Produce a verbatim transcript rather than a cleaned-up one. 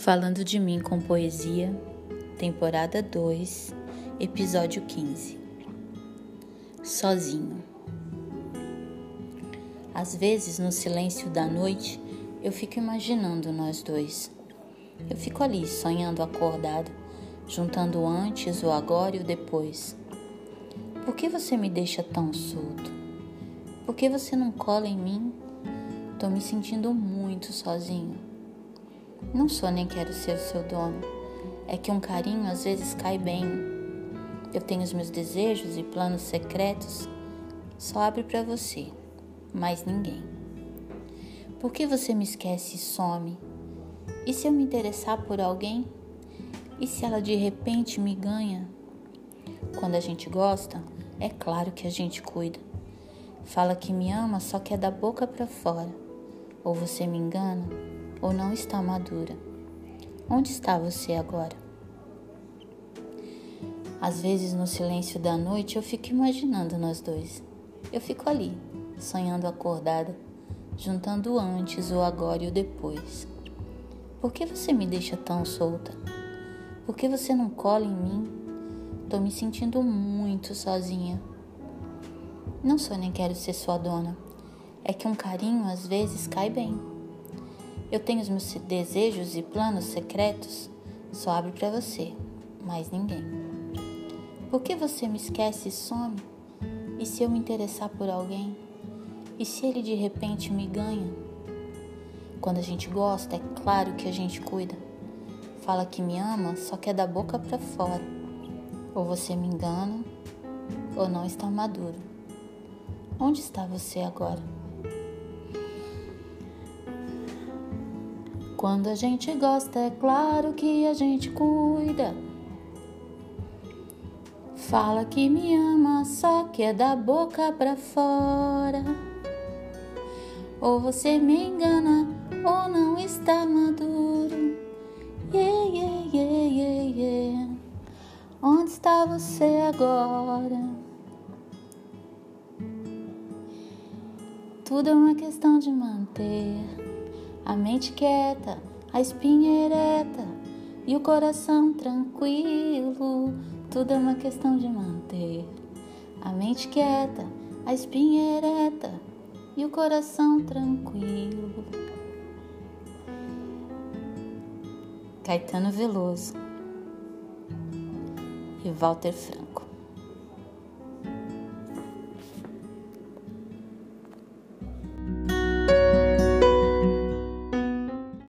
Falando de Mim com Poesia, temporada dois, episódio quinze. Sozinho. Às vezes, no silêncio da noite, eu fico imaginando nós dois. Eu fico ali, sonhando acordado, juntando o antes, o agora e o depois. Por que você me deixa tão solto? Por que você não cola em mim? Tô me sentindo muito sozinho. Não sou nem quero ser o seu dono. É que um carinho às vezes cai bem. Eu tenho os meus desejos e planos secretos. Só abre pra você, mais ninguém. Por que você me esquece e some? E se eu me interessar por alguém? E se ela de repente me ganha? Quando a gente gosta, é claro que a gente cuida. Fala que me ama, só que é da boca pra fora. Ou você me engana, ou não está madura. Onde está você agora? Às vezes, no silêncio da noite, eu fico imaginando nós dois. Eu fico ali, sonhando acordada, juntando o antes, o agora e o depois. Por que você me deixa tão solta? Por que você não cola em mim? Tô me sentindo muito sozinha. Não sou nem quero ser sua dona. É que um carinho às vezes cai bem. Eu tenho os meus desejos e planos secretos, só abre pra você, mais ninguém. Por que você me esquece e some? E se eu me interessar por alguém? E se ele de repente me ganha? Quando a gente gosta, é claro que a gente cuida. Fala que me ama, só que é da boca pra fora. Ou você me engana, ou não está maduro. Onde está você agora? Quando a gente gosta, é claro que a gente cuida. Fala que me ama, só que é da boca pra fora. Ou você me engana, ou não está maduro. Yeah, yeah, yeah, yeah, yeah. Onde está você agora? Tudo é uma questão de manter a mente quieta, a espinha ereta e o coração tranquilo. Tudo é uma questão de manter a mente quieta, a espinha ereta e o coração tranquilo. Caetano Veloso e Walter Franco.